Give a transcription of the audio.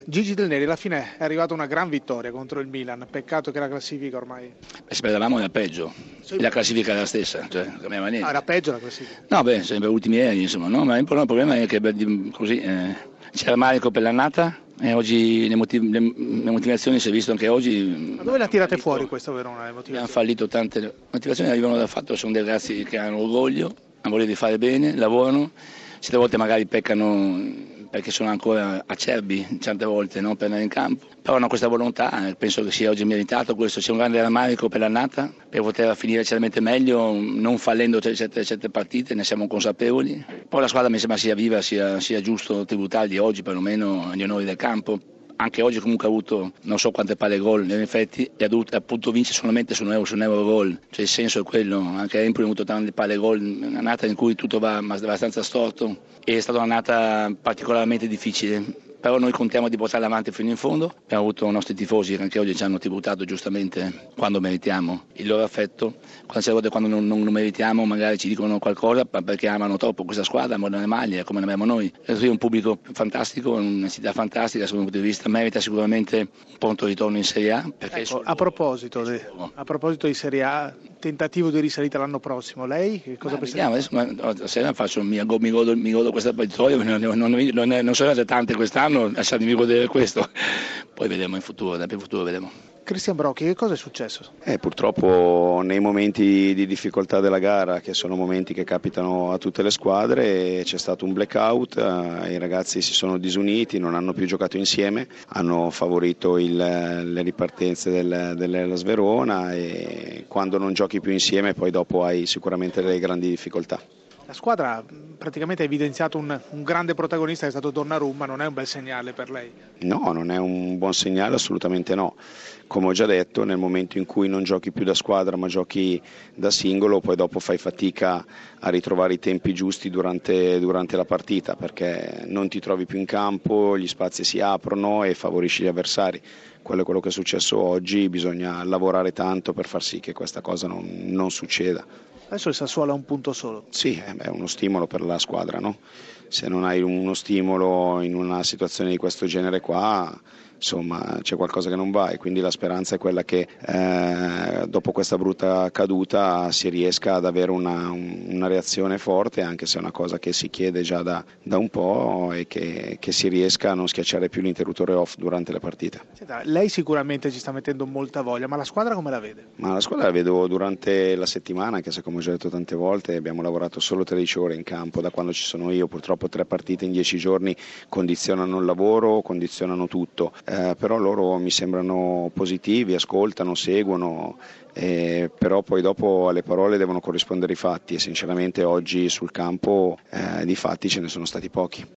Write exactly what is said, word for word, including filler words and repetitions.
Gigi Del Neri, alla fine è arrivata una gran vittoria contro il Milan, peccato che la classifica ormai... E speravamo era peggio, Sì. e la classifica è la stessa, cioè non cambiava niente. Ah, era peggio la classifica. No, beh, sempre ultimi ieri, insomma, no? Ma il problema è che beh, di- così eh, c'era Marico per l'annata e oggi le, motiv- le- le motivazioni si è visto anche oggi. Ma dove la tirate fallito- fuori questa Verona, le Abbiamo motivazioni? fallito tante le motivazioni arrivano dal fatto che sono dei ragazzi che hanno orgoglio, hanno voglia di fare bene, lavorano, certe volte magari peccano perché sono ancora acerbi certe volte, no, per andare in campo, però hanno questa volontà, eh, penso che sia oggi meritato questo, sia un grande rammarico per l'annata, per poter finire certamente meglio, non fallendo certe, certe partite, ne siamo consapevoli. Poi la squadra mi sembra sia viva, sia, sia giusto tributargli oggi perlomeno gli onori del campo. Anche oggi comunque ha avuto non so quante palle gol, in effetti, e ha dovuto appunto vince solamente su un euro, su un euro gol, cioè il senso è quello, anche Empoli ha avuto tante palle gol, un'annata in cui tutto va abbastanza storto, e è stata un'annata particolarmente difficile. Però noi contiamo di portarla avanti fino in fondo. Abbiamo avuto i nostri tifosi che anche oggi ci hanno tributato giustamente quando meritiamo il loro affetto. Quante volte quando non, non lo meritiamo magari ci dicono qualcosa perché amano troppo questa squadra, amano le maglie come ne abbiamo noi. È un pubblico fantastico, una città fantastica, secondo il punto di vista merita sicuramente un pronto ritorno in Serie A. Ecco, a, proposito di, a proposito di Serie A, tentativo di risalita l'anno prossimo, lei che cosa pensa? Vediamo, adesso ma, stasera faccio, mi, mi, godo, mi godo questa vittoria, non, non, non, non, non sono state tante quest'anno, lasciatemi godere questo, poi vedremo in futuro, nel futuro vedremo. Cristian Brocchi, che cosa è successo? Eh, purtroppo nei momenti di difficoltà della gara, che sono momenti che capitano a tutte le squadre, c'è stato un blackout, eh, i ragazzi si sono disuniti, non hanno più giocato insieme, hanno favorito il, le ripartenze del, dell'Hellas Verona e quando non giochi più insieme poi dopo hai sicuramente delle grandi difficoltà. La squadra praticamente ha evidenziato un, un grande protagonista che è stato Donnarumma, non è un bel segnale per lei? No, non è un buon segnale, assolutamente no. Come ho già detto, nel momento in cui non giochi più da squadra ma giochi da singolo, poi dopo fai fatica a ritrovare i tempi giusti durante, durante la partita, perché non ti trovi più in campo, gli spazi si aprono e favorisci gli avversari. Quello è quello che è successo oggi, bisogna lavorare tanto per far sì che questa cosa non, non succeda. Adesso il Sassuolo ha un punto solo. Sì, è uno stimolo per la squadra, no? Se non hai uno stimolo in una situazione di questo genere qua, insomma c'è qualcosa che non va e quindi la speranza è quella che eh, dopo questa brutta caduta si riesca ad avere una, una reazione forte, anche se è una cosa che si chiede già da, da un po', e che, che si riesca a non schiacciare più l'interruttore off durante le partite. Senta, lei sicuramente ci sta mettendo molta voglia, ma la squadra come la vede? Ma la squadra la vedo durante la settimana, anche se come ho già detto tante volte abbiamo lavorato solo tredici ore in campo, da quando ci sono io purtroppo tre partite in dieci giorni condizionano il lavoro, condizionano tutto. Eh, però loro mi sembrano positivi, ascoltano, seguono, eh, però poi dopo alle parole devono corrispondere i fatti e sinceramente oggi sul campo eh, di fatti ce ne sono stati pochi.